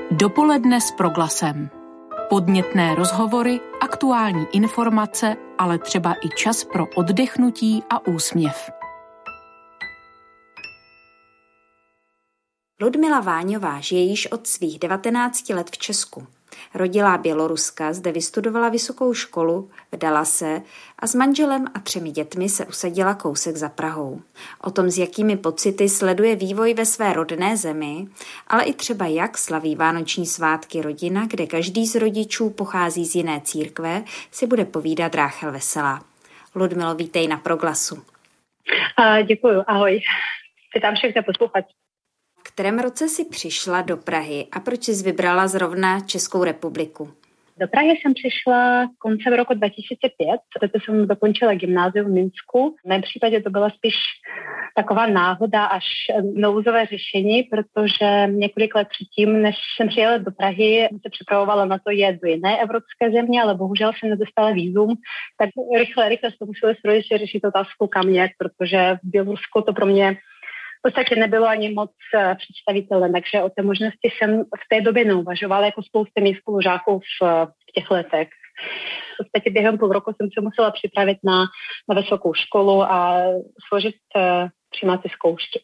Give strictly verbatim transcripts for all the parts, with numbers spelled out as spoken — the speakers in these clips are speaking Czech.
Dopoledne s Proglasem. Podnětné rozhovory, aktuální informace, ale třeba i čas pro oddechnutí a úsměv. Ludmila Váňová žije již od svých devatenácti let v Česku. Rodilá Běloruska, zde vystudovala vysokou školu, vdala se a s manželem a třemi dětmi se usadila kousek za Prahou. O tom, s jakými pocity sleduje vývoj ve své rodné zemi, ale i třeba jak slaví vánoční svátky rodina, kde každý z rodičů pochází z jiné církve, si bude povídat Ráchel Veselá. Ludmilo, vítej na Proglasu. A děkuju, ahoj. Vítám všechny posluchače. V kterém roce jsi přišla do Prahy a proč jsi vybrala zrovna Českou republiku? Do Prahy jsem přišla koncem roku dva tisíce pět, protože jsem dokončila gymnázium v Minsku. V mém případě to byla spíš taková náhoda až nouzové řešení, protože několik let předtím, než jsem přijela do Prahy, jsem se připravovala na to jet do jiné evropské země, ale bohužel jsem nedostala vízum, tak rychle, rychle jsem musela s rodiči řešit otázku kam jet, protože v Bělorusku to pro mě v podstatě nebylo ani moc představitelné, takže o té možnosti jsem v té době neuvažovala jako spousta mých spolužáků v, v těch letech. V podstatě během půl roku jsem se musela připravit na, na vysokou školu a složit uh, přijímací zkoušky.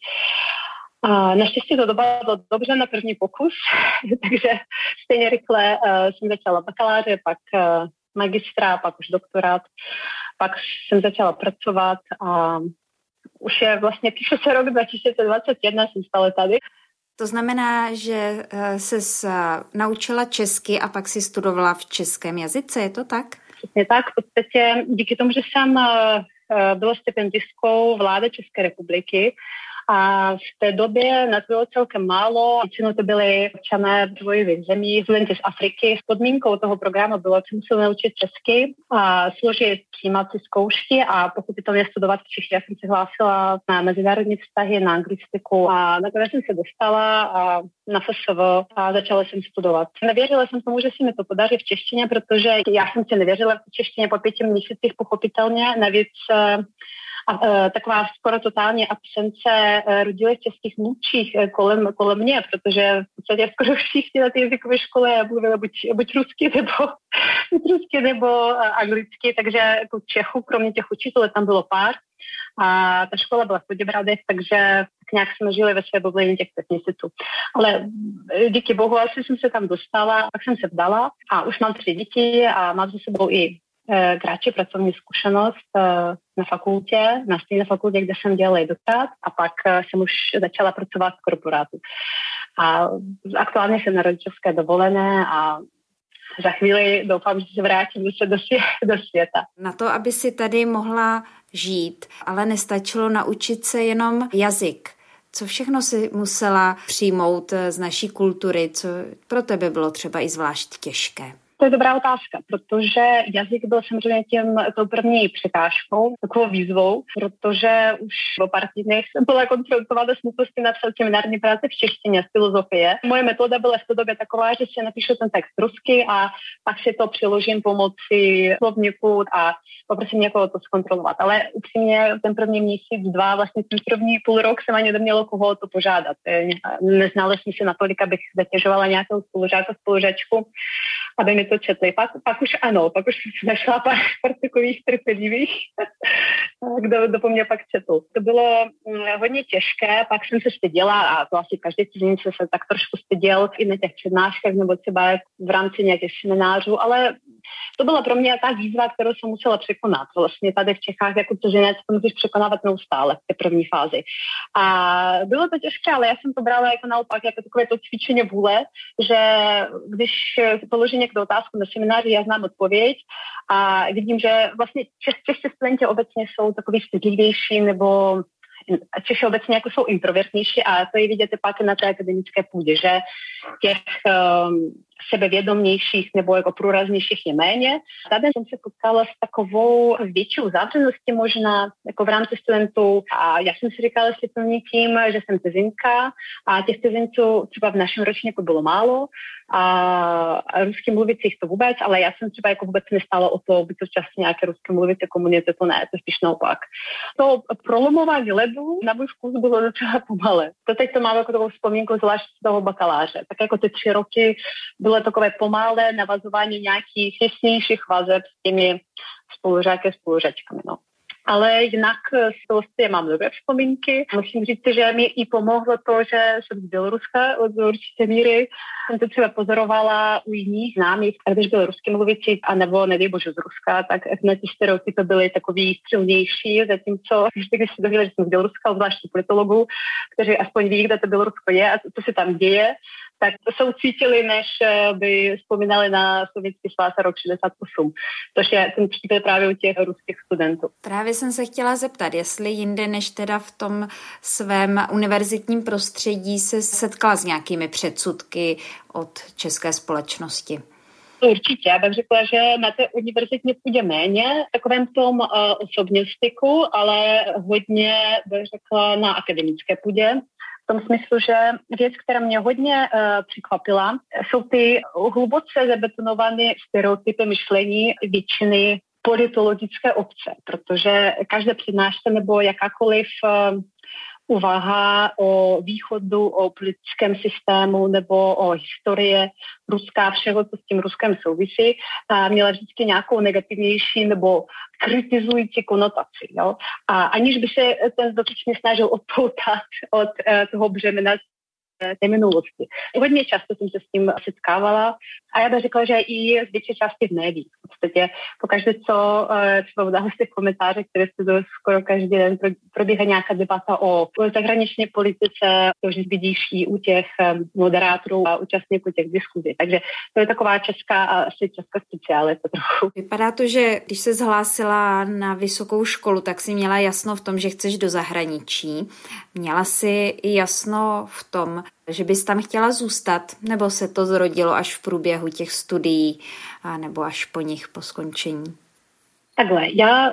A naštěstí to dopadlo dobře na první pokus, takže stejně rychle uh, jsem začala bakaláře, pak uh, magistra, pak už doktorát, pak jsem začala pracovat a už je vlastně, píše se rok dva tisíce dvacet jedna, jsem stále tady. To znamená, že ses naučila česky a pak si studovala v českém jazyce, je to tak? Přesně tak, v podstatě díky tomu, že jsem byla stipendistkou vlády České republiky a v té době nás bylo celkem málo, většinou to byly občané rozvojových zemí, studenti z Afriky. S podmínkou toho programu bylo, že museli naučit česky a složit přijímací zkoušky a pochopitelně studovat v češtině. Já jsem se hlásila na mezinárodní vztahy, na anglistiku a nakonec jsem se dostala a na F S V a začala jsem studovat. Nevěřila jsem tomu, že si mi to podaří v češtině, protože já jsem si nevěřila v češtině po pěti měsících pochopitelně. Navíc a e, taková skoro totální absence e, rodilých českých mluvčích e, kolem, kolem mě, protože v podstatě skoro všichni na té jazykové škole mluvili buď, buď rusky nebo, buď rusky nebo e, anglicky, takže jako Čechů, kromě těch učitelů, tam bylo pár a ta škola byla v Poděbradech, takže tak nějak jsme žili ve své bublině těch pět měsíců. Ale díky bohu asi jsem se tam dostala, pak jsem se vdala a už mám tři děti a mám za sebou i kratší pracovní zkušenost na fakultě, na stejné fakultě, kde jsem dělala i doktorát a pak jsem už začala pracovat v korporátu. A aktuálně jsem na rodičovské dovolené a za chvíli doufám, že se vrátím zase do, svě- do světa. Na to, aby si tady mohla žít, ale nestačilo naučit se jenom jazyk. Co všechno si musela přijmout z naší kultury, co pro tebe bylo třeba i zvlášť těžké? To je dobrá otázka, protože jazyk byl samozřejmě tím tou první překážkou, takovou výzvou, protože už po pár týdnech jsem byla konfrontována s nutností napsat seminární práci v češtině z filozofie. Moje metoda byla v té době taková, že si napíšu ten text rusky a pak si to přiložím pomocí slovníku a poprosím někoho to zkontrolovat. Ale upřímně ten první měsíc, dva, vlastně ten první půl rok jsem ani neměla koho to požádat. Neznala jsem se natolik, abych zatěžovala nějakou spolužáka, spolužačku, aby mi to četli. Pak, pak už ano, pak už jsem našla pár, pár takových trpělivých, kdo, kdo po mě pak četl. To bylo hodně těžké, pak jsem se styděla a to asi každý cizinec se tak trošku styděl i na těch přednáškách nebo třeba v rámci nějakých seminářů, ale to byla pro mě ta výzva, kterou jsem musela překonat. Vlastně tady v Čechách jako cizinec to musíš překonávat neustále v té první fázi. A bylo to těžké, ale já jsem to brala jako naopak jako takové to cvičení vůle, že když položí někdo otázku na semináři, já znám odpověď a vidím, že vlastně čeští studenti obecně jsou takový stydlivější nebo Češi obecně jako jsou introvertnější a to je vidět pak na té akademické půdě, že těch um, sebevědomějších nebo jako průraznějších je méně. Tady jsem se potkala s takovou větší uzavřeností možná jako v rámci studentů a já jsem si říkala, jestli to není tím, že jsem cizinka a těch cizinců třeba v našem ročníku bylo málo a rusky mluvících to vůbec, ale já jsem třeba jako vůbec nestála o to být součástí nějaké ruské mluvící komunity, to ne, to spíš naopak. To prolomování ledu na můj vkus bylo docela pomalé. To teď to mám jako takovou vzpomínku zvlášť z toho bakaláře. Tak jako ty tři roky bylo takové pomalé navazování nějakých těsnějších vazeb s těmi spolužáky a spolužačkami. No. Ale jinak z toho já mám dobré vzpomínky. Musím říct, že mi i pomohlo to, že jsem z Běloruska od určité míry. Jsem to třeba pozorovala u jiných známých, když byli rusky mluvící, anebo nedej bože z Ruska, tak na ty stereotypy byly takový silnější, zatímco když si dověděla, že jsem z Běloruska, zvlášť politologů, kteří aspoň ví, kde to Bělorusko je a co se tam děje, tak to soucítili, než by vzpomínali na Sovětský svaz a rok šedesát osm, což je ten příklad právě u těch ruských studentů. Právě jsem se chtěla zeptat, jestli jinde než teda v tom svém univerzitním prostředí se setkala s nějakými předsudky od české společnosti. Určitě, já bych řekla, že na té univerzitní půdě méně, v takovém tom uh, osobním styku, ale hodně bych řekla na akademické půdě. V tom smyslu, že věc, která mě hodně uh, překvapila, jsou ty hluboce zabetonované stereotypy myšlení většiny politologické obce, protože každé přednášce nebo jakákoliv uh, úvaha o východu, o politickém systému nebo o historii Ruska, všeho, co s tím Ruskem souvisí, a měla vždycky nějakou negativnější nebo kritizující konotaci. Jo? A aniž by se ten dotyčný snažil odpoutat od uh, toho břemena té minulosti. Hodně často jsem se s tím setkávala a já bych řekla, že i z větší části v médiích. V podstatě pokaždé, co třeba udále z těch komentářů, které se skoro každý den probíhá nějaká debata o zahraniční politice, to už vidíš i u těch moderátorů a účastníků těch diskuzí. Takže to je taková česká a asi česká speciálita trochu. Vypadá to, že když se zhlásila na vysokou školu, tak si měla jasno v tom, že chceš do zahraničí. Měla si i jasno v tom, že bys tam chtěla zůstat, nebo se to zrodilo až v průběhu těch studií, nebo až po nich, po skončení? Takhle, já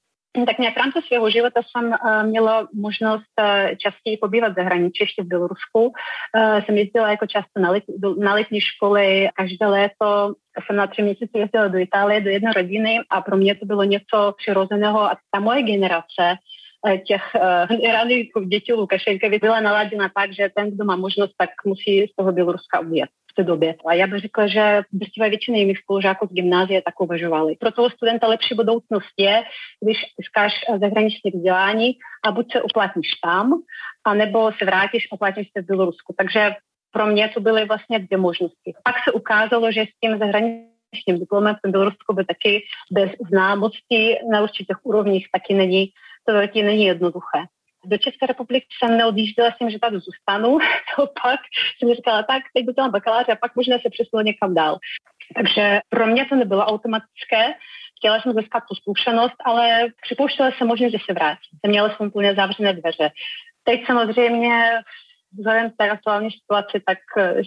tak nějak v rámci svého života jsem měla možnost častěji pobývat v zahraničí, ještě v Bělorusku. Jsem jezdila jako často na, let, na letní školy, každé léto jsem na tři měsíce jezdila do Itálie, do jedné rodiny a pro mě to bylo něco přirozeného a ta moje generace těch uh, raných dětí Lukašenkovi byla naladěna tak, že ten, kdo má možnost, tak musí z toho Běloruska ujet v té době. A já bych řekla, že drtivá většina mých spolužáků z gymnázie tak uvažovali. Pro toho studenta lepší budoucnost je, když získáš zahraniční vzdělání a buď se uplatníš tam, anebo se vrátíš a uplatníš se v Bělorusku. Takže pro mě to byly vlastně dvě možnosti. Pak se ukázalo, že s tím zahraničním diplomem v Bělorusku by taky bez známosti na určitých úrovních taky není to taky není jednoduché. Do České republiky jsem neodjížděla s tím, že tady zůstanu. Pak jsem říkala, tak, teď budu bakaláře a pak možná se přesunu někam dál. Takže pro mě to nebylo automatické. Chtěla jsem získat tu zkušenost, ale připouštěla jsem možnost, že se vrátím. Měla jsem úplně zavřené dveře. Teď samozřejmě vzhledem k té aktuální situaci, tak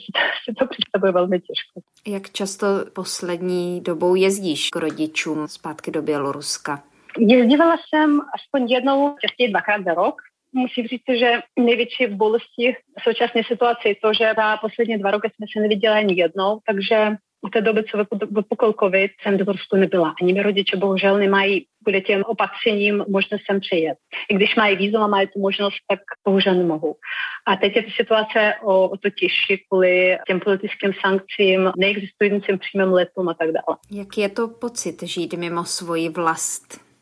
si to představuje velmi těžko. Jak často poslední dobou jezdíš k rodičům zpátky do Běloruska? Jezdívala jsem aspoň jednou, častěji dvakrát za rok. Musím říct, že největší bolesti v současné situaci je to, že za poslední dva roky jsme se neviděli ani jednou, takže u té doby, co vypukl covid, jsem do Bělorusku nebyla. Ani mi rodiče bohužel nemají kvůli těm opatřením možnost sem přijet. I když mají vízum a mají tu možnost, tak bohužel nemohou. A teď je ta situace o, o to těžší kvůli těm politickým sankcím, neexistujícím přímým letům a tak dále. Jaký je to pocit žít mimo svoji vlast?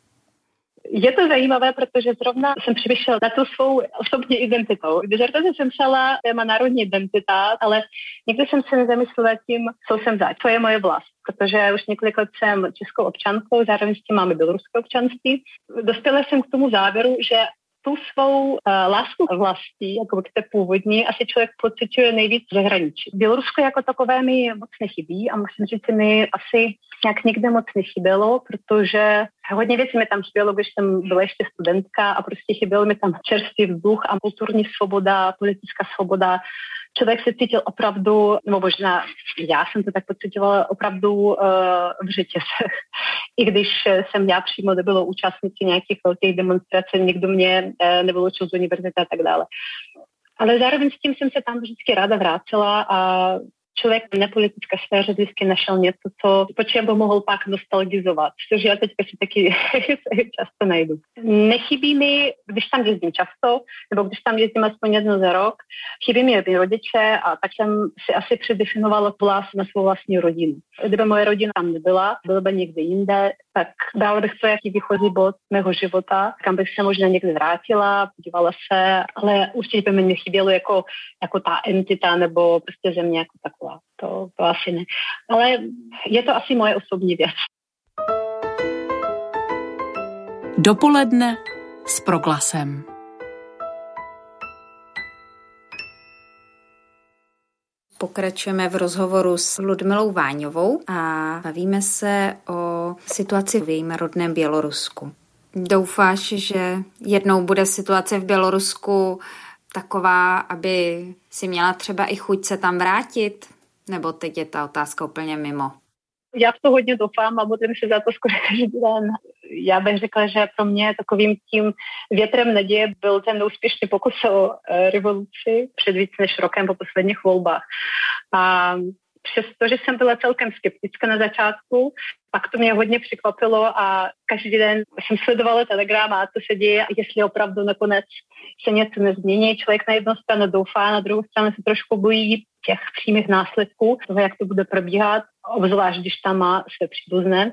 Je to zajímavé, protože zrovna jsem přišel na tu svou osobní identitou. Když jsem psala téma národní identita, ale nikdy jsem se nezamyslela tím, co jsem zač, co je moje vlast. Protože už několik let jsem českou občankou, zároveň s tím máme běloruské občanství. Dospěla jsem k tomu závěru, že tu svou uh, lásku vlastí, jako k té původní, asi člověk pociťuje nejvíc v zahraničí. Bělorusko jako takové mi moc nechybí a musím říct, že mi asi nějak nikde moc nechybělo, protože hodně věcí mi tam chybělo, když jsem byla ještě studentka a prostě chybělo mi tam čerstvý vzduch a kulturní svoboda, politická svoboda, člověk se cítil opravdu, nebo možná já jsem to tak pocitovala, opravdu uh, v řetězech. I když jsem já přímo nebyla účastnicí nějakých velkých demonstrací, někdo mě uh, nevyloučil z univerzity a tak dále. Ale zároveň s tím jsem se tam vždycky ráda vrátila a člověk v nepolitické sféře vždycky našel něco, co, po čem by mohl pak nostalgizovat, což já teďka si taky často najdu. Nechybí mi, když tam jezdím často, nebo když tam jezdím aspoň jednou za rok, chybí mi mý rodiče a tak jsem si asi předefinovala vlast na svou vlastní rodinu. Kdyby moje rodina tam nebyla, byla by někde jinde, tak brala bych to jaký výchozí bod mého života, kam bych se možná někde vrátila, podívala se, ale určitě by mi nechybělo jako, jako ta entita nebo prostě země jako taková. To, to asi ne. Ale je to asi moje osobní věc. Dopoledne s Proglasem. Pokračujeme v rozhovoru s Ludmilou Váňovou a bavíme se o situaci v jejím rodném Bělorusku. Doufáš, že jednou bude situace v Bělorusku taková, aby si měla třeba i chuť se tam vrátit? Nebo teď je ta otázka úplně mimo? Já v to hodně doufám a modlím se za to skoro každý den. Já bych řekla, že pro mě takovým tím větrem naděje byl ten neúspěšný pokus o revoluci před víc než rokem po posledních volbách. A přestože jsem byla celkem skeptická na začátku, pak to mě hodně překvapilo a každý den jsem sledovala Telegram a co se děje, jestli opravdu nakonec se něco nezmění. Člověk na jednu stranu doufá, na druhou stranu se trošku bojí těch přímých následků, toho, jak to bude probíhat, obzvlášť, když tam má své příbuzné.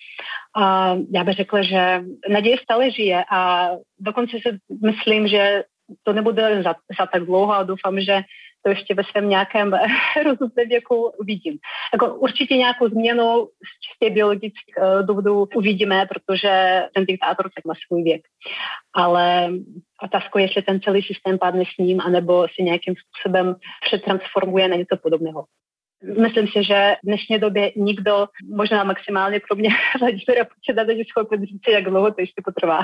A já bych řekla, že naděje stále žije a dokonce si myslím, že to nebude za, za tak dlouho a doufám, že to ještě ve svém nějakém rozumném věku uvidím. Jako určitě nějakou změnu z čistě biologických důvodů uvidíme, protože ten diktátor tak má svůj věk. Ale otázka, jestli ten celý systém padne s ním, anebo si nějakým způsobem přetransformuje na něco podobného. Myslím si, že v dnešní době nikdo, možná maximálně pro mě Vladimira Putina, není schopen říct, jak dlouho to ještě potrvá.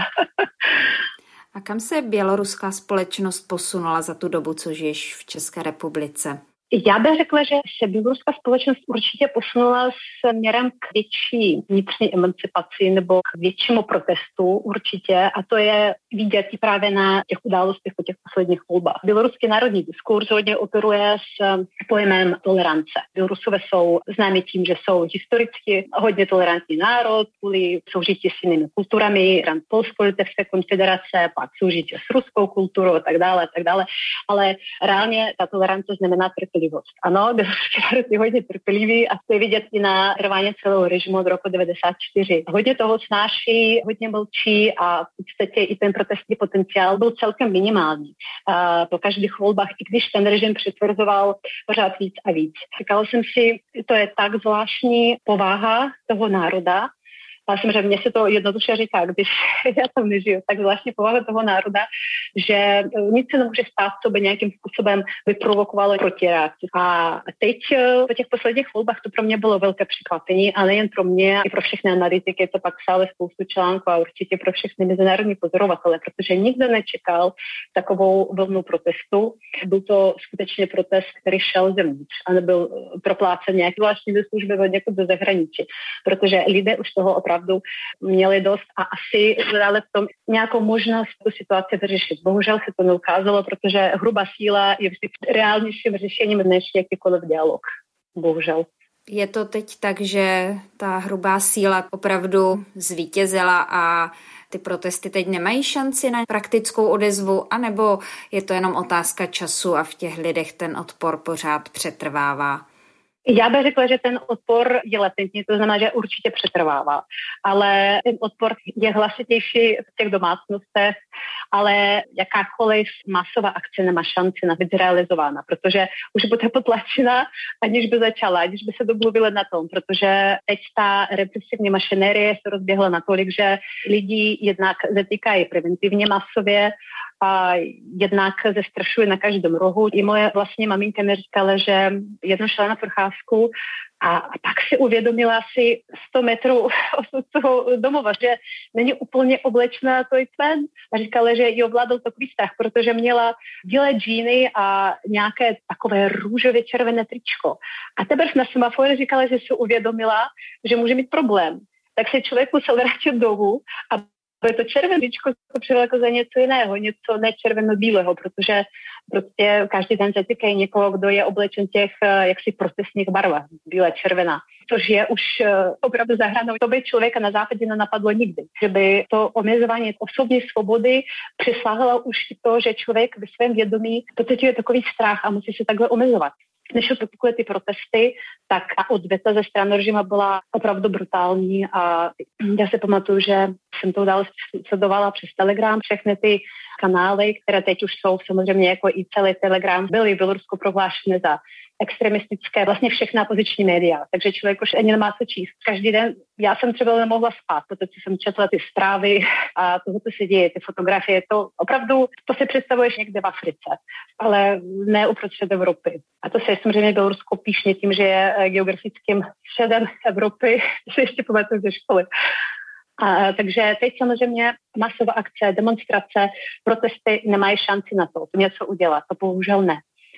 A kam se běloruská společnost posunula za tu dobu, co žiješ v České republice? Já bych řekla, že se běloruská společnost určitě posunula směrem k větší vnitřní emancipaci nebo k většímu protestu určitě a to je vidět i právě na těch událostech po těch posledních volbách. Běloruský národní diskurs hodně operuje s pojmem tolerance. Bělorusové jsou známí tím, že jsou historicky hodně tolerantní národ, kvůli soužití s jinými kulturami, rán Polsko-Litevské konfederace, pak soužití s ruskou kulturou a tak dále, a tak dále. Ale reálně ta tolerance znamená trpělivost. Ano, běloruský národ je hodně trpělivý a to je vidět i na trvání celého režimu od roku devadesát čtyři. Hodně toho snáší, hodně mlčí a v podstatě i ten protestní potenciál byl celkem minimální. A po každých volbách, i když ten režim přetvrzoval pořád víc a víc. Říkala jsem si, to je tak zvláštní povaha toho národa, a samozřejmě mně se to jednoduše říká, když já tam nežiju, tak zvláštně povaha toho národa, že nic se nemůže stát, co by nějakým způsobem vyprovokovalo protireakci. A teď po těch posledních volbách to pro mě bylo velké překvapení, a nejen pro mě, i pro všechny analytiky, to pak psali spoustu článků a určitě pro všechny mezinárodní pozorovatele, protože nikdo nečekal takovou vlnu protestu. Byl to skutečně protest, který šel zevnitř a nebyl proplácen nějaký zvláštní služby od někud do zahraničí, protože lidé už toho opravdu měli dost a asi hledali v tom nějakou možnost tu situaci vyřešit. Bohužel se to neukázalo, protože hrubá síla je vždy reálnějším řešením než jakýkoliv dialog. Bohužel. Je to teď tak, že ta hrubá síla opravdu zvítězila a ty protesty teď nemají šanci na praktickou odezvu, anebo je to jenom otázka času a v těch lidech ten odpor pořád přetrvává? Já bych řekla, že ten odpor je latentní, to znamená, že určitě přetrvává, ale ten odpor je hlasitější v těch domácnostech, ale jakákoliv masová akce nemá šanci na být realizována, protože už bude potlačena, aniž by začala, aniž by se domluvila na tom, protože teď ta represivní mašinérie se rozběhla natolik, že lidi jednak zatýkají preventivně masově, a jednak zestrašuje na každém rohu. I moje vlastní maminka mi říkala, že jednou šla na procházku A, a pak si uvědomila asi sto metrů od toho domova, že není úplně oblečná, to je ven. A říkala, že ji ovládl takový strach, protože měla bílé džíny a nějaké takové růžově červené tričko. A teprve na semaforu říkala, že si uvědomila, že může mít problém. Tak se člověk musel vrátit domů a to červené tričko to přivleklo za něco jiného, něco nečerveno-bílého, protože prostě každý den zatýkají někoho, kdo je oblečen těch jaksi protestních barvách, bílé, červená, což je už opravdu za hranou. To by člověka na západě nenapadlo nikdy, že by to omezování osobní svobody přesáhlo už i to, že člověk ve svém vědomí pociťuje takový strach a musí se takhle omezovat. Než propukly ty protesty, tak odveta ze strany režimu byla opravdu brutální a já si pamatuju, že jsem to dál sledovala přes Telegram, všechny ty kanály, které teď už jsou samozřejmě jako i celý Telegram, byly v Bělorusku prohlášené za extremistické, vlastně všechna opoziční média, takže člověk už ani nemá co číst. Každý den, já jsem třeba nemohla spát, protože jsem četla ty zprávy a toho, co se děje, ty fotografie, to opravdu, to si představuješ někde v Africe, ale ne uprostřed Evropy. A to se samozřejmě Bělorusko píšně tím, že je geografickým středem Evropy, se ještě pamatuju ze školy. A, takže teď samozřejmě masové akce, demonstrace, protesty nemají šanci na to, něco udělat, to bohužel ne.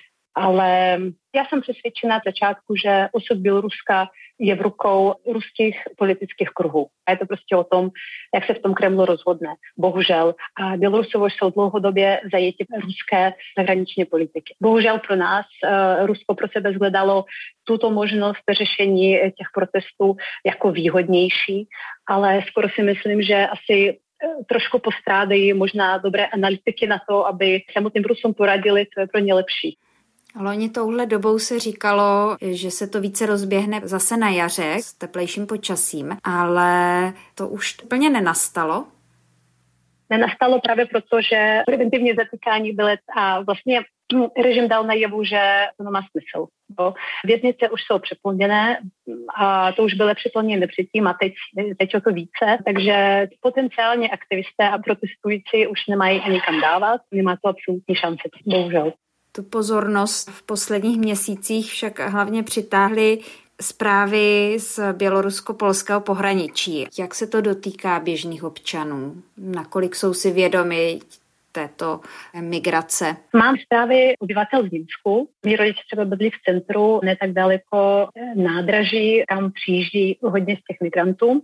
Ale já jsem přesvědčena od začátku, že osud Běloruska je v rukou ruských politických kruhů. A je to prostě o tom, jak se v tom Kremlu rozhodne. Bohužel. A Bělorusové jsou dlouhodobě zajetí ruské zahraniční politiky. Bohužel pro nás uh, Rusko pro sebe zhledalo tuto možnost řešení těch protestů jako výhodnější, ale skoro si myslím, že asi trošku postrádají možná dobré analytiky na to, aby samotným Rusům poradili, co je pro ně lepší. Loni touhle dobou se říkalo, že se to více rozběhne zase na jaře s teplejším počasím, ale to už úplně nenastalo. Nenastalo právě proto, že preventivní zatýkání byly a vlastně režim dal najevu, že to nemá smysl. Věznice už jsou přeplněné a to už bylo přeplněné předtím a teď, teď o to více, takže potenciálně aktivisté a protestující už nemají ani kam dávat, nemá to absolutní šance, bohužel. Tu pozornost v posledních měsících však hlavně přitáhly zprávy z bělorusko-polského pohraničí. Jak se to dotýká běžných občanů? Nakolik jsou si vědomi této migrace? Mám zprávy obyvatel v Minsku. Mí rodiče třeba bydlí v centru, ne tak daleko nádraží, kam přijíždí hodně z těch migrantů.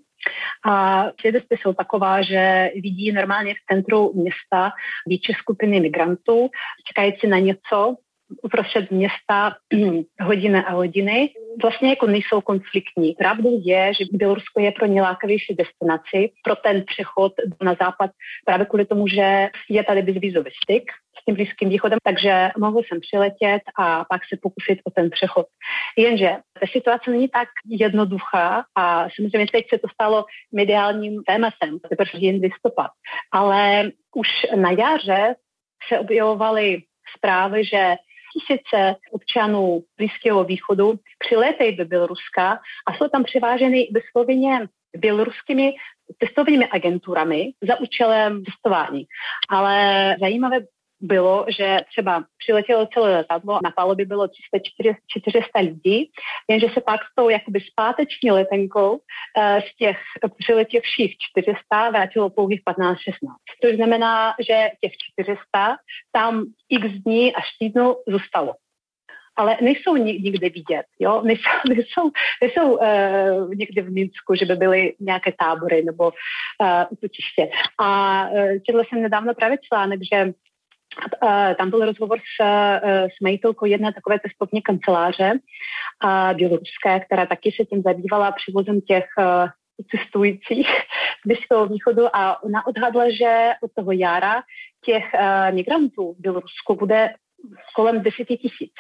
A svědectví jsou taková, že vidí normálně v centru města větší skupiny migrantů, čekající na něco uprostřed města hodiny a hodiny. Vlastně jako nejsou konfliktní. Pravdou je, že Bělorusko je pro ně lákavější destinaci pro ten přechod na západ právě kvůli tomu, že je tady bezvízový styk s tím Blízkým východem, takže mohl jsem přiletět a pak se pokusit o ten přechod. Jenže ta situace není tak jednoduchá a samozřejmě teď se to stalo mediálním tématem, teprve jen listopad. Ale už na jaře se objevovaly zprávy, že tisíce občanů Blízkého východu přilétají do Běloruska a jsou tam převáženy vysloveně běloruskými testovými agenturami za účelem testování. Ale zajímavé bylo, že třeba přiletělo celé letadlo, na palubě bylo tři sta čtyři sta lidí, jenže se pak s tou jakoby zpáteční letenkou z těch přiletěvších čtyři sta vrátilo pouhých patnáct šestnáct. To znamená, že těch čtyři sta tam x dní až týdnu zůstalo. Ale nejsou nikde vidět, jo? Nejsou, nejsou, nejsou uh, někde v Minsku, že by byly nějaké tábory nebo uh, útočiště. A uh, četla jsem nedávno právě článek, že Uh, tam byl rozhovor s, uh, s majitelkou jedné takové testovní kanceláře uh, běloruské, která taky se tím zabývala přivozem těch uh, cestujících z Blízkého východu a ona odhadla, že od toho jara těch uh, migrantů v Bělorusku bude kolem deset tisíc.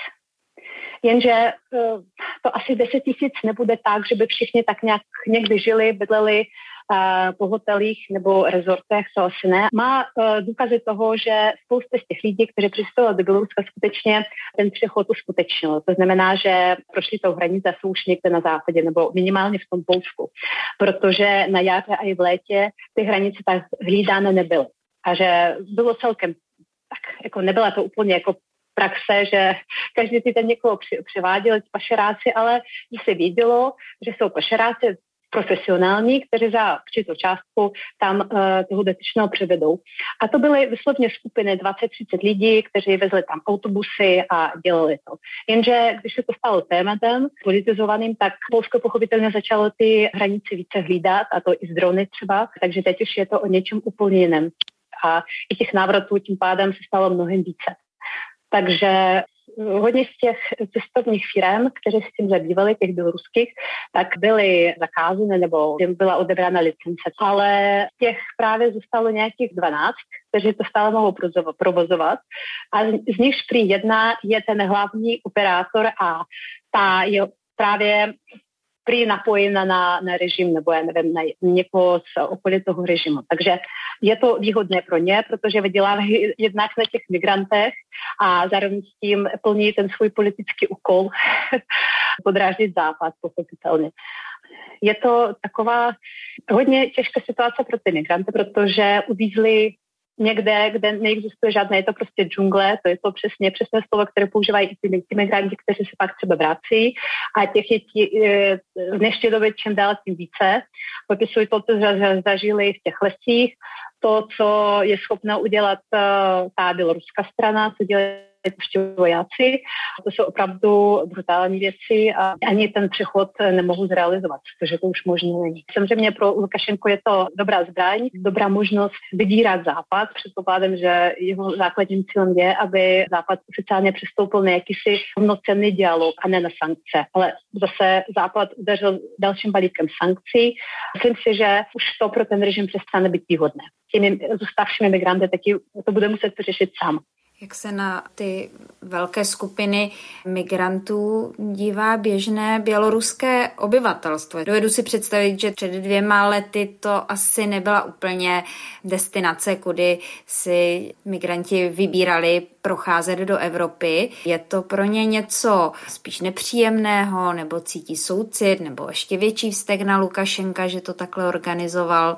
Jenže uh, to asi deset tisíc nebude tak, že by všichni tak nějak někdy žili, bydleli uh, po hotelích nebo rezortech, to asi ne. Má uh, důkazy toho, že spousta z těch lidí, kteří přistoupili do Běloruska, skutečně ten přechod uskutečnil. To znamená, že prošli tou hranici a jsou už někde na západě nebo minimálně v tom Polsku. Protože na jaře a i v létě ty hranice tak hlídány nebyly. A že bylo celkem tak, jako nebyla to úplně jako praxe, že každý týden někoho přiváděli pašeráci, ale se vědělo, že jsou pašeráci profesionální, kteří za určitou částku tam uh, toho dotyčného přivedou. A to byly vyslovně skupiny dvacet třicet lidí, kteří vezli tam autobusy a dělali to. Jenže když se to stalo tématem politizovaným, tak Polsko pochopitelně začalo ty hranice více hlídat, a to i z drony třeba, takže teď už je to o něčem úplně jiném. A i těch návratů tím pádem se stalo mnohem více. Takže hodně z těch cestovních firm, kteří se tím zabývali, těch běloruských, tak byly zakázány nebo jim byla odebrána licence. Ale těch právě zůstalo nějakých dvanáct, kteří to stále mohou provozovat. A z nich prý jedna je ten hlavní operátor a ta je právě prý napojena na, na režim nebo já nevím, na někoho z okolí toho režimu. Takže je to výhodné pro ně, protože vydělávají jednak na těch migrantech a zároveň s tím plní ten svůj politický úkol podráždit Západ, pochopitelně. Je to taková hodně těžká situace pro ty migranty, protože uvízli někde, kde neexistuje žádné, je to prostě džungle, to je to přesně přesné slovo, které používají i ty imigranti, kteří se pak třeba vrací a těch je tí, e, v dnešní době čím dál tím více. Popisují to, co zažili v těch lesích, to, co je schopna udělat uh, ta běloruská strana, co dělají ještě vojáci. To jsou opravdu brutální věci a ani ten přechod nemohu zrealizovat, protože to už možné není. Samozřejmě pro Lukašenko je to dobrá zbraň, dobrá možnost vydírat Západ, předpokládám, že jeho základním cílem je, aby Západ oficiálně přistoupil na jakýsi rovnocenný dialog a ne na sankce. Ale zase Západ udeřil dalším balíkem sankcí. Myslím si, že už to pro ten režim přestane být výhodné. Těmi zůstavšími migranty taky to bude muset řešit sám. Jak se na ty velké skupiny migrantů dívá běžné běloruské obyvatelstvo? Dovedu si představit, že před dvěma lety to asi nebyla úplně destinace, kudy si migranti vybírali procházet do Evropy. Je to pro ně něco spíš nepříjemného, nebo cítí soucit, nebo ještě větší vztek na Lukašenka, že to takhle organizoval?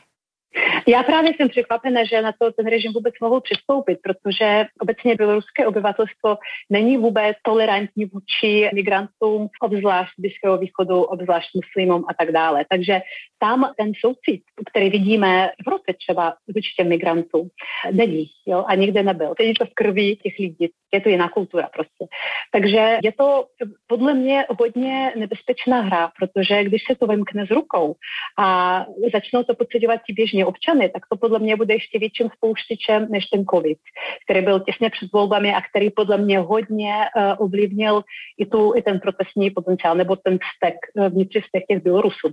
Já právě jsem překvapena, že na to ten režim vůbec mohl přistoupit, protože obecně běloruské obyvatelstvo není vůbec tolerantní vůči migrantům, obzvlášť z Blízkého východu, obzvlášť muslimům a tak dále. Takže tam ten soucit, který vidíme v Evropě třeba vůči těm migrantům, není, jo, a nikde nebyl. Teď je to v krvi těch lidí, je to jiná kultura prostě. Takže je to podle mě hodně nebezpečná hra, protože když se to vymkne z rukou a začnou to pociťovat ti běžní občany, tak to podle mě bude ještě větším spouštěčem než ten covid, který byl těsně před volbami a který podle mě hodně uh, ovlivnil i, tu, i ten protestní potenciál nebo ten vztek, uh, vnitřní vztek těch Bělorusů.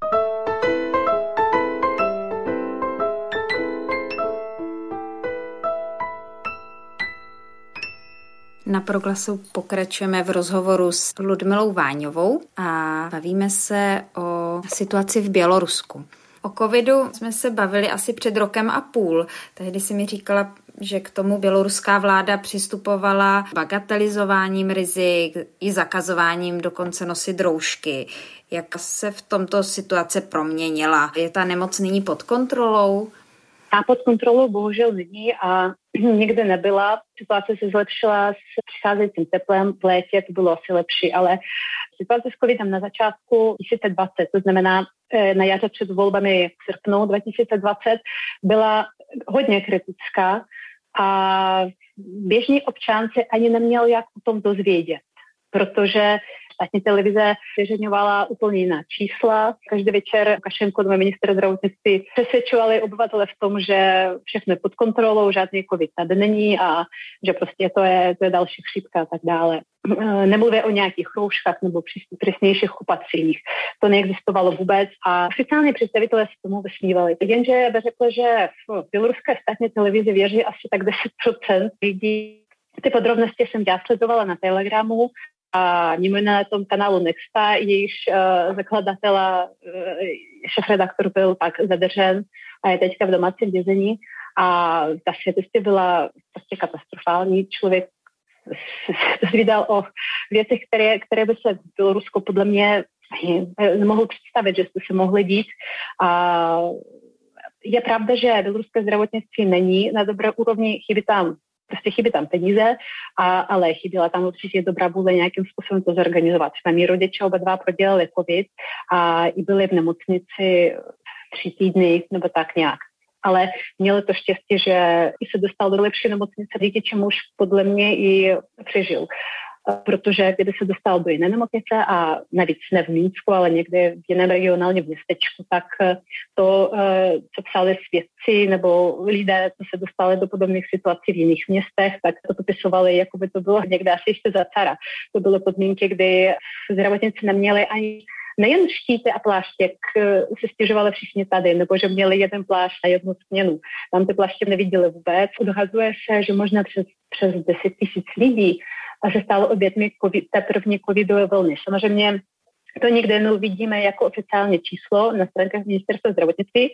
Na Proglasu pokračujeme v rozhovoru s Ludmilou Váňovou a bavíme se o situaci v Bělorusku. O covidu jsme se bavili asi před rokem a půl. Tehdy si mi říkala, že k tomu běloruská vláda přistupovala bagatelizováním rizik i zakazováním dokonce nosit roušky. Jak se v tomto situace proměnila? Je ta nemoc nyní pod kontrolou? A pod kontrolou bohužel není a nikdy nebyla. Situace se zlepšila s přicházejícím teplem. V létě to bylo asi lepší, ale situace s covidem na začátku dva tisíce dvacet, to znamená na jaře před volbami v srpnu dva tisíce dvacet, byla hodně kritická a běžný občan se ani neměl jak o tom dozvědět, protože státní televize zveřejňovala úplně jiná čísla. Každý večer Lukašenko, ministr zdravotnictví, přesvědčovali obyvatele v tom, že všechno je pod kontrolou, žádný covid tady není a že prostě to je, to je další chřipka a tak dále. Nemluvě o nějakých rouškách nebo přísnějších opatřeních. To neexistovalo vůbec a oficiální představitelé se tomu vysmívali. Jenže bych řekla, že v běloruské státní televizi věří asi tak deset procent lidí. Ty podrobnosti jsem já sledovala na Telegramu a mimo jiné na tom kanálu Nexta, jejíž uh, zakladatela, uh, šéfredaktor byl pak zadržen a je teďka v domácím vězení a ta světosti byla prostě katastrofální. Člověk dozvídal o věcech, které, které by se v Bělorusku podle mě nemohl představit, že by se mohly dít. A je pravda, že běloruské zdravotnictví není na dobré úrovni, chybí tam prostě chybí tam peníze, a, ale chyběla tam určitě dobrá vůle nějakým způsobem to zorganizovat. Mí rodiče oba dva prodělali covid a i byli v nemocnici tři týdny nebo tak nějak. Ale měli to štěstí, že i se dostal do lepší nemocnice, díky čemuž podle mě i přežil. Protože kdyby se dostal do jiné nemocnice a navíc ne v Minsku, ale někde v jiném regionálně v městečku, tak to, co psali svědci nebo lidé, co se dostali do podobných situací v jiných městech, tak to popisovali, jako by to bylo někde asi ještě za cara. To byly podmínky, kdy zdravotníci neměli ani nejen štíty a pláště, se stěžovali všichni tady, nebo že měli jeden plášť na jednu směnu. Tam ty pláště neviděli vůbec. Odhaduje se, že možná přes, přes deset tisíc lidí se stalo obětmi COVID, té první covidové vlny. Samozřejmě to nikde neuvidíme jako oficiální číslo na stránkách Ministerstva zdravotnictví,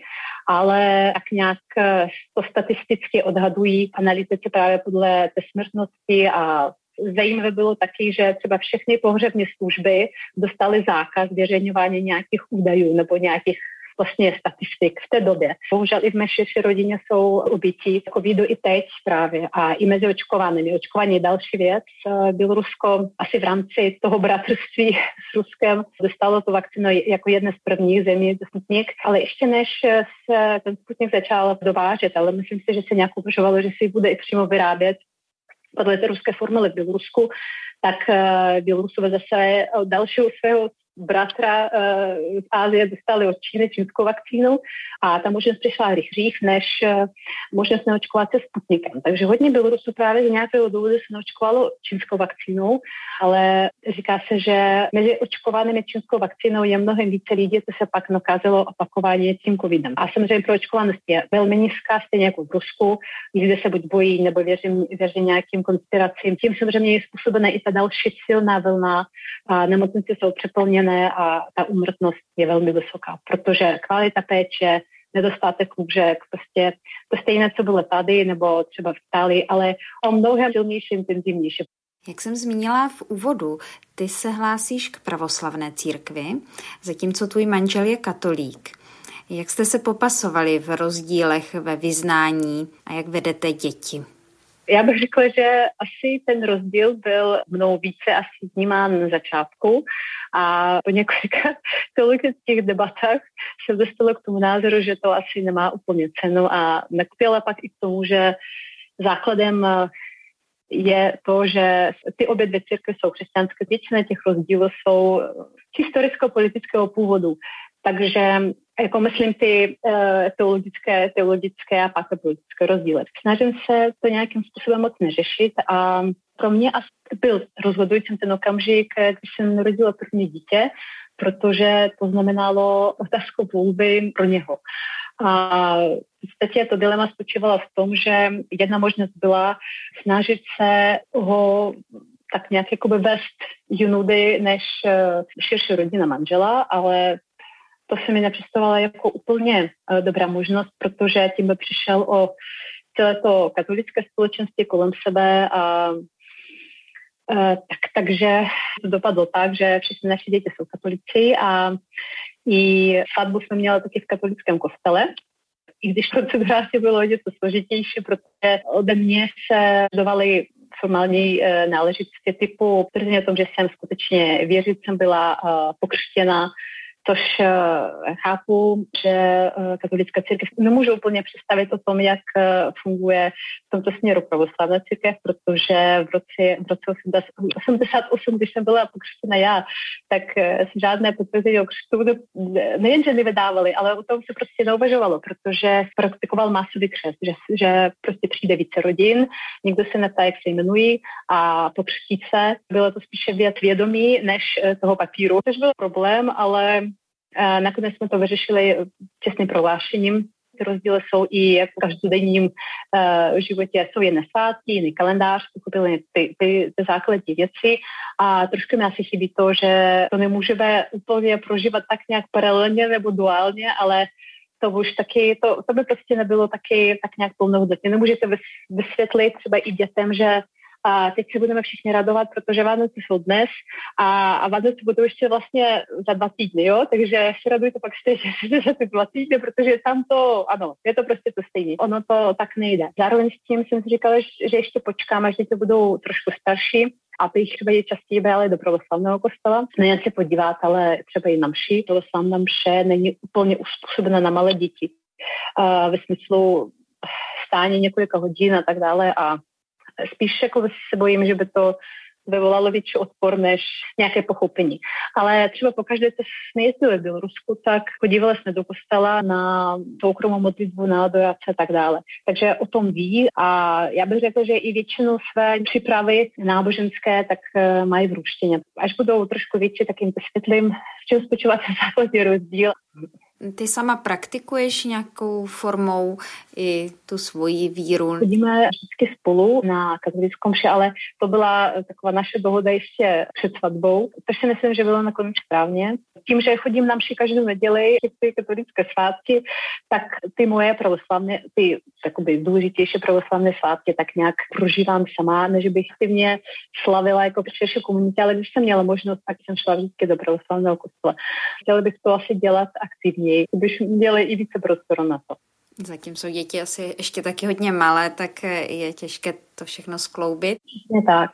ale tak nějak to statisticky odhadují analytici právě podle té smrtnosti. A zajímavé bylo taky, že třeba všechny pohřební služby dostaly zákaz zveřejňování nějakých údajů nebo nějakých vlastně statistik v té době. Bohužel i v mé širší rodině jsou oběti covidu i teď právě a i mezi očkovanými. Očkování je další věc. Bělorusko asi v rámci toho bratrství s Ruskem dostalo tu vakcínu jako jedna z prvních zemí, Sputnik, ale ještě než se ten Sputnik začal dovážet, ale myslím si, že se nějak uvažovalo, že si bude i přímo vyrábět podle té ruské formule v Bělorusku, tak Bělorusové zase od dalšího svého bratra v Ázii dostali od Číny čínskou vakcínu a ta možnost přišla dřív než možnost neočkovat se Sputnikem. Takže hodně Bělorusů právě z nějakého důvodu se neočkovalo čínskou vakcínou, ale říká se, že mezi očkovanými čínskou vakcínou je mnohem více lidí, co se pak nakázalo opakování tím covidem. A samozřejmě proočkovanost je velmi nízká, stejně jako v Rusku, kde se buď bojí nebo věří, věří nějakým konspiracím. Tím samozřejmě je způsobena i ta další silná vlna a nemocnice jsou přeplněné a ta úmrtnost je velmi vysoká, protože kvalita péče, nedostatek lůžek, prostě to stejné, co bylo tady nebo třeba v Itálii, ale o mnohem silnější, intenzivnější. Jak jsem zmínila v úvodu, ty se hlásíš k pravoslavné církvi, zatímco tvůj manžel je katolík. Jak jste se popasovali v rozdílech ve vyznání a jak vedete děti? Já bych řekla, že asi ten rozdíl byl mnou více asi vnímán na začátku a po několika teologických debatách jsem dostala k tomu názoru, že to asi nemá úplně cenu a nakupila pak i k tomu, že základem je to, že ty obě dvě církve jsou křesťanské, většina těch rozdílů jsou historicko-politického původu. Takže jako myslím ty uh, teologické, teologické a pak politické rozdíly. Snažím se to nějakým způsobem moc neřešit a pro mě asi byl rozhodující ten okamžik, když jsem narodila první dítě, protože to znamenalo otázku volby pro něho. A v podstatě to dilema spočívalo v tom, že jedna možnost byla snažit se ho tak nějak jakoby vést jinudy než širší rodina manžela, ale to se mi nepředstavovalo jako úplně uh, dobrá možnost, protože tím by přišel o celé to katolické společenství kolem sebe a uh, tak, takže to dopadlo tak, že všichni naši děti jsou katolici a i svatbu jsme měli taky v katolickém kostele. I když procedurálně bylo něco složitější, protože ode mě se dovaly formální uh, náležitosti typu tvrzení o tom, že jsem skutečně věřit, jsem byla uh, pokřtěna, což uh, chápu, že uh, katolická církev nemůže úplně představit o tom, jak uh, funguje v tomto směru pravoslavná církev, protože v roce, v roce osmdesát osm, když jsem byla pokřtěna já, tak uh, žádné potvrzení o křtu nejenže nevydávali, ale o tom se prostě neuvažovalo, protože praktikoval masový křest, že, že prostě přijde více rodin, nikdo se neptá, jak se jmenují a pokřtít se. Bylo to spíše věc vědomí než uh, toho papíru. Což byl problém, ale Uh, nakonec jsme to vyřešili čestným prohlášením. Ty rozdíly jsou i v každodenním uh, životě. Jsou jiné svátky, jiný kalendář, pochopili ty, ty, ty základní věci. A trošku mi asi chybí to, že to nemůžeme úplně prožívat tak nějak paralelně nebo duálně, ale to už taky, to, to by prostě nebylo taky tak nějak plnohodnotně. Nemůžete vysvětlit třeba i dětem, že a teď se budeme všichni radovat, protože Vánoce jsou dnes a, a Vánoce budou ještě vlastně za dva týdny, jo? Takže se radujte pak stejně za ty dva týdny, protože tam to, ano, je to prostě to stejné. Ono to tak nejde. Zároveň s tím jsem si říkala, že ještě počkám, až děti budou trošku starší, a bych třeba je častěji brali do pravoslavného kostela. Nejen se podívat, ale třeba i na mši. Pravoslavná mše není úplně uspůsobena na malé děti. Uh, ve smyslu stání několika hodin a tak dále a spíš jako se bojím, že by to vyvolalo větší odpor než nějaké pochopení. Ale třeba pokaždé, co jsme jezdili v Bělorusku, tak podívali jsme do kostela na soukromou modlitbu, na adoraci a tak dále. Takže o tom ví a já bych řekla, že i většinu své přípravy náboženské tak mají v ruštině. Až budou trošku větší, tak jim to vysvětlím, s čím spočívá ten základní rozdíl. Ty sama praktikuješ nějakou formou i tu svoji víru? Chodíme vždycky spolu na katolickou mši, ale to byla taková naše dohoda ještě před svatbou. To si myslím, že bylo nakonec správně. Tím, že chodím na mši každou neděli, ty katolické svátky, tak ty moje pravoslavné, ty takoby důležitější pravoslavné svátky tak nějak prožívám sama, než bych aktivně slavila jako v širší komunitě, ale když jsem měla možnost, tak jsem šla vždycky do pravoslavného kostela. Chtěla bych to asi dělat aktivně, když měli i více prostoru na to. Zatím jsou děti asi ještě taky hodně malé, tak je těžké to všechno skloubit. Přesně tak.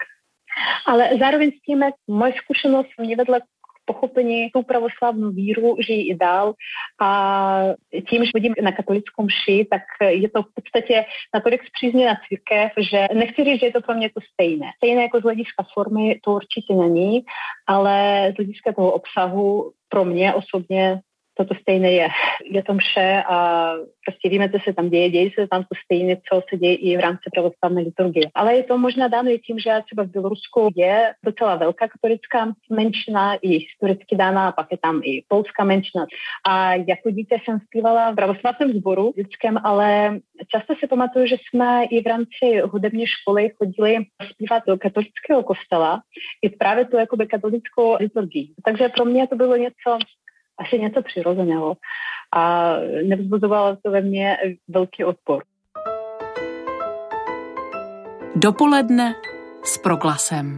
Ale zároveň s tím, moje zkušenost mě vedla k pochopení tu pravoslavnou víru, že ji i dál a tím, že chodím na katolickou mši, tak je to v podstatě natolik zpřízněná církev, že nechci říct, že je to pro mě to stejné. Stejné jako z hlediska formy, to určitě není, ale z hlediska toho obsahu pro mě osobně toto stejné je. Je to mše a prostě víme, co se tam děje. Děje se tam to stejné, co se děje i v rámci pravoslavné liturgie. Ale je to možná dáno i tím, že třeba v Bělorusku je docela velká katolická menšina, i historicky dána, a pak je tam i polská menšina. A jako dítě jsem zpívala v pravoslavném sboru dětském, ale často si pamatuju, že jsme i v rámci hudební školy chodili zpívat do katolického kostela i právě tu jakoby katolickou liturgii. Takže pro mě to bylo něco asi něco přirozeného a nevzbuzovalo to ve mně velký odpor. Dopoledne s Proglasem.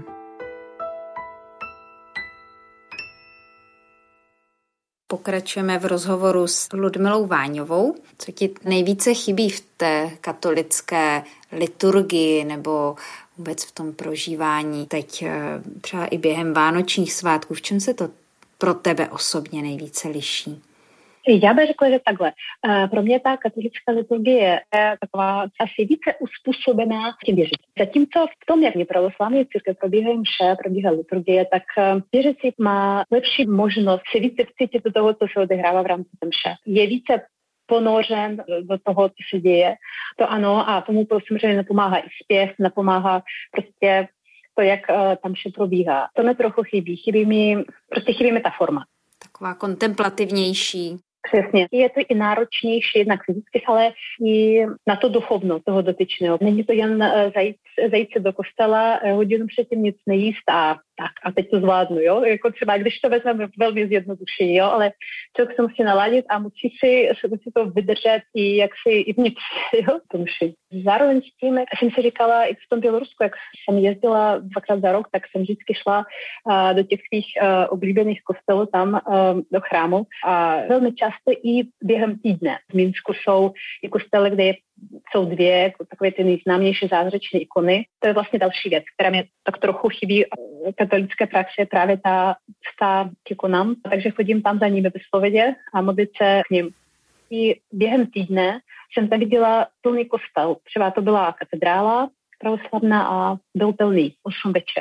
Pokračujeme v rozhovoru s Ludmilou Váňovou. Co ti nejvíce chybí v té katolické liturgii nebo vůbec v tom prožívání teď třeba i během vánočních svátků? V čem se to pro tebe osobně nejvíce liší? Já bych řekla, že takhle. Pro mě ta katolická liturgie je taková asi více uspůsobená tím věřícím. Zatímco v tom, jak mě pravoslavní církev probíhají mše, probíhá liturgie, tak věřící má lepší možnost si více vcítit do toho, co se odehrává v rámci mše. Je více ponořen do toho, co se děje. To ano, a tomu samozřejmě napomáhá i zpěv, napomáhá prostě to, jak uh, tam vše probíhá. To mi trochu chybí. Chybí mi, prostě chybí mi ta forma. Taková kontemplativnější. Přesně. Je to i náročnější, jednak fyzicky, ale i na to duchovno toho dotyčného. Není to jen uh, zajít, zajít se do kostela, uh, hodinu předtím nic nejíst a tak a teď to zvládnu, jo. Jako třeba, když to vezmeme velmi zjednodušení, jo, ale člověk se musí naladit a musí si, musí to vydržet i jak si i vnitř, jo, to musí. Zároveň s tím, jak jsem si říkala, i v tom Bělorusku, jak jsem jezdila dvakrát za rok, tak jsem vždycky šla uh, do těch svých uh, oblíbených kostelů tam uh, do chrámu a velmi často i během týdne. V Minsku jsou i kostely, kde je jsou dvě jako takové ty nejznámější zázračné ikony. To je vlastně další věc, která mě tak trochu chybí v katolické praxi, právě ta vztah k ikonám. Takže chodím tam za nimi ve slovědě a modlit se k nim. I během týdne jsem tak viděla plný kostel. Třeba to byla katedrála pravoslavná a byl plný osm večer.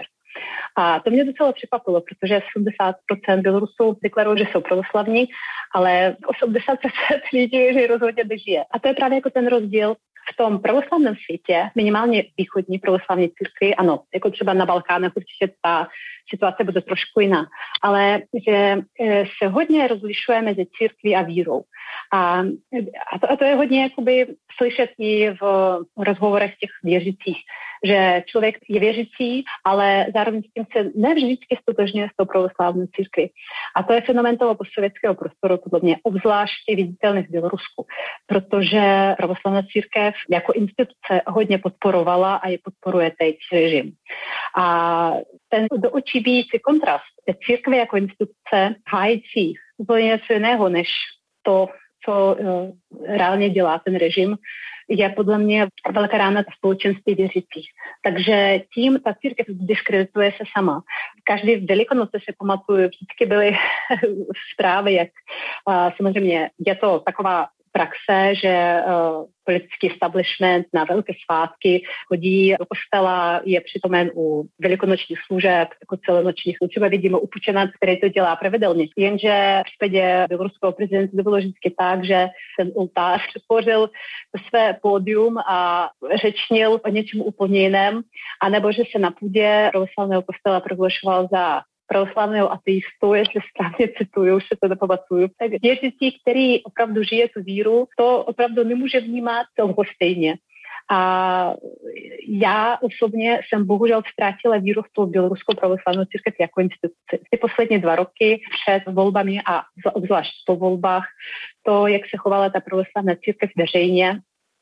A to mě docela překvapilo, protože sedmdesát procent Bělorusů deklarují, že jsou pravoslavní, ale osmdesát procent lidí, že rozhodně nežije. A to je právě jako ten rozdíl v tom pravoslavném světě, minimálně východní pravoslavní církvi, ano, jako třeba na Balkánu, určitě ta situace bude trošku jiná, ale že se hodně rozlišuje mezi církví a vírou. A, a, to, a to je hodně jakoby slyšet i v rozhovorech těch věřících, že člověk je věřící, ale zároveň s tím se nevždycky stotožňuje s tou pravoslavnou církví. A to je fenomén toho postsovětského prostoru, podle mě obzvláště viditelný v Bělorusku, protože pravoslavná církev jako instituce hodně podporovala a je podporuje teď režim. A ten do očí bijící kontrast té církve jako instituce hájící úplně něco jiného, než to, co uh, reálně dělá ten režim, je podle mě velká rána v společenství věřících. Takže tím ta církev diskredituje se sama. Každý Velikonoce se pamatuju, vždycky byly zprávy, jak uh, samozřejmě je to taková praxe, že uh, politický establishment na velké svátky chodí do kostela, je přitomen u velikonočních služeb, jako celonočních. Třeba vidíme u Pučana, který to dělá pravidelně. Jenže v případě běloruského prezidenta to bylo vždycky tak, že ten oltář tvořil své pódium a řečnil o něčem úplně jiném, anebo že se na půdě pravoslavného kostela prohlašoval za pravoslavného ateistu, jestli správně cituju, už se to nepamatuju. Tak věřící, který opravdu žije tu víru, to opravdu nemůže vnímat toho stejně. A já osobně jsem bohužel ztratila víru v tu běloruskou pravoslavnou církev jako instituci. Ty poslední dva roky před volbami a obzvlášť po volbách, to, jak se chovala ta pravoslavná církev veřejně,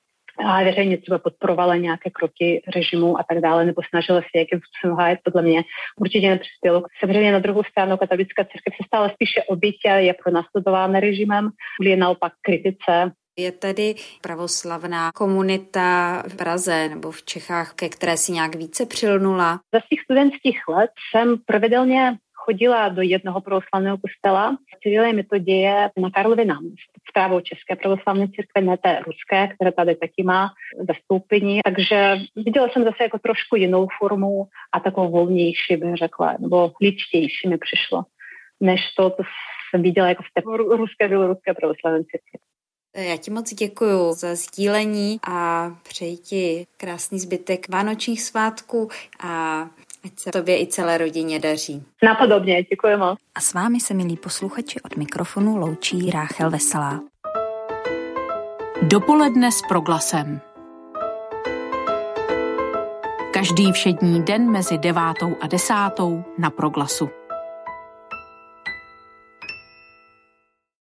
a veřejně třeba podporovala nějaké kroky režimu a tak dále, nebo snažila se jakým způsobem hájit, podle mě určitě nepřispělo. Samozřejmě na druhou stranu katolická církev se stala spíše obětě, je pronásledována režimem, je naopak kritice. Je tedy pravoslavná komunita v Praze nebo v Čechách, ke které si nějak více přilnula? Za svých studentských let jsem pravidelně chodila do jednoho pravoslavného kostela. Civilně mi to děje na Karlově náměstí. Správou České pravoslavné církve, ne té ruské, které tady taky má zastoupení. Takže viděla jsem zase jako trošku jinou formu a takovou volnější, bych řekla, nebo ličtější mi přišlo, než to, co jsem viděla jako v té ruské, běloruské pravoslavné církvi. Já ti moc děkuju za sdílení a přeji ti krásný zbytek vánočních svátků a ať se tobě i celé rodině daří. Napodobně, děkuji moc. A s vámi se, milí posluchači, od mikrofonu loučí Ráchel Veselá. Dopoledne s Proglasem. Každý všední den mezi devátou a desátou na Proglasu.